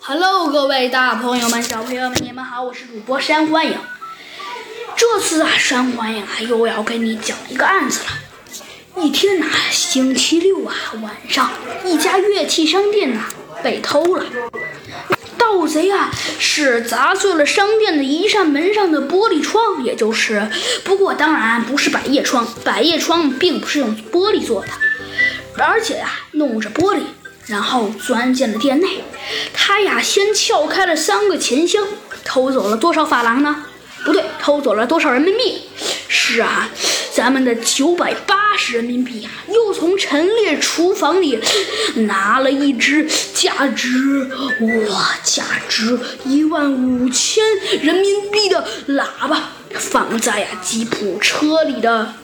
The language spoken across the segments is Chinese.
Hello， 各位大朋友们、小朋友们，你们好，我是主播山欢迎。这次山欢迎又要给你讲一个案子了。一天星期六晚上，一家乐器商店被偷了。盗贼是砸碎了商店的一扇门上的玻璃窗，不过当然不是百叶窗，百叶窗并不是用玻璃做的，而且弄着玻璃。然后钻进了店内，他先撬开了3个钱箱，偷走了多少法郎呢？不对，偷走了多少人民币？是咱们的980人民币又从陈列厨房里拿了一只价值15000人民币的喇叭，放在吉普车里的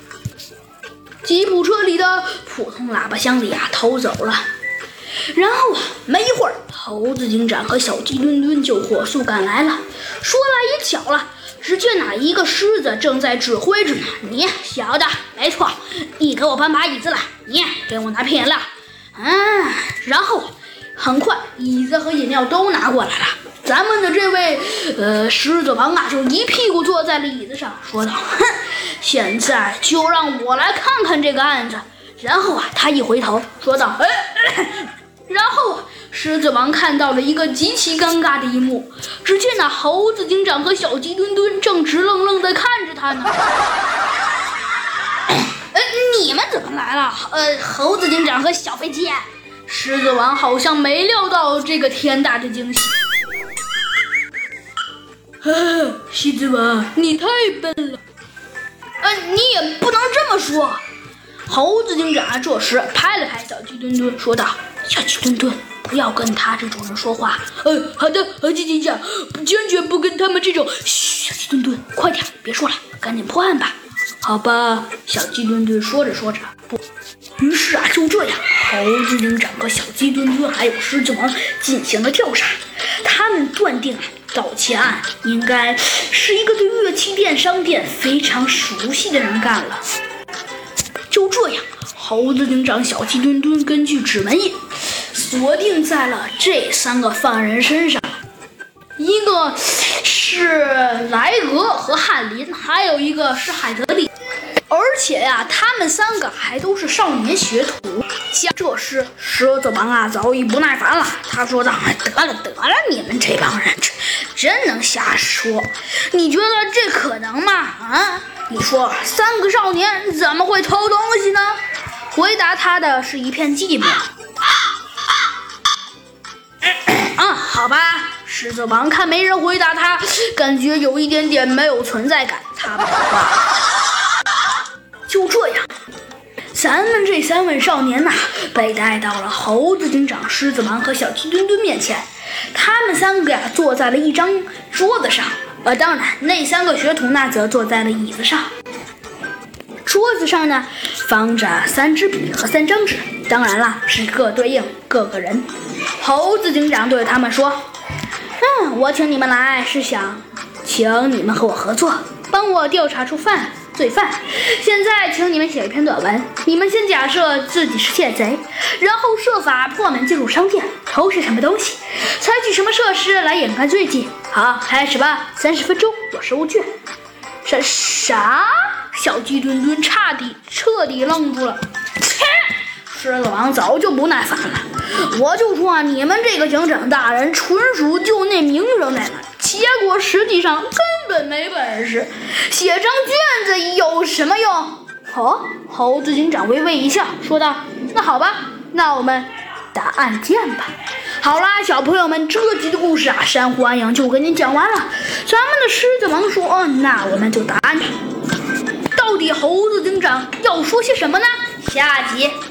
普通喇叭箱里偷走了。然后没一会儿，猴子警长和小鸡墩墩就火速赶来了。说来也巧了，只见一个狮子正在指挥着呢。你小的，没错，你给我搬把椅子来，你给我拿瓶饮料。然后很快椅子和饮料都拿过来了。咱们的这位狮子王就一屁股坐在了椅子上，说道：哼，现在就让我来看看这个案子。然后他一回头说道：然后狮子王看到了一个极其尴尬的一幕，只见猴子警长和小鸡墩墩正直愣愣地看着他呢。你们怎么来了？猴子警长和小飞机。狮子王好像没料到这个天大的惊喜。狮子王，你太笨了。你也不能这么说。猴子警长这时拍了拍小鸡墩墩，说道：小鸡墩墩，不要跟他这种人说话。好的，猴子警长，坚决不跟他们这种。小鸡墩墩，快点，别说了，赶紧破案吧。好吧，小鸡墩墩说着说着，于是就这样，猴子警长和小鸡墩墩还有狮子王进行了调查。他们断定盗窃案应该是一个对乐器店商店非常熟悉的人干了。就这样，猴子警长、小鸡墩墩根据指纹印锁定在了这3个犯人身上，一个是莱俄和翰林，还有一个是海德利，而且他们3个还都是少年学徒。这时狮子王早已不耐烦了，他说道：得了，你们这帮人真能瞎说，你觉得这可能吗？你说3个少年怎么会偷东西呢？回答他的是一片寂寞。好吧，狮子王看没人回答他，感觉有一点点没有存在感，他不说话。就这样，咱们这3位少年被带到了猴子警长、狮子王和小鸡墩墩面前。他们3个坐在了一张桌子上，当然那3个学徒则坐在了椅子上。桌子上放着3支笔和3张纸，当然了，是各对应各个人。猴子警长对他们说：我请你们来是想请你们和我合作，帮我调查出罪犯。现在请你们写一篇短文，你们先假设自己是窃贼，然后设法破门进入商店，偷窃什么东西，采取什么设施来掩盖罪迹。好，开始吧，30分钟，我收卷。啥？小鸡墩墩彻底愣住了。狮子王早就不耐烦了，我就说你们这个警长大人纯属就那名声在那，结果实际上根本没本事，写张卷子有什么用？猴子警长微微一笑，说道：那好吧，那我们打案件吧。好啦，小朋友们，这集的故事山欢迎就给你讲完了。咱们的狮子王说：那我们就打案。到底猴子警长要说些什么呢？下集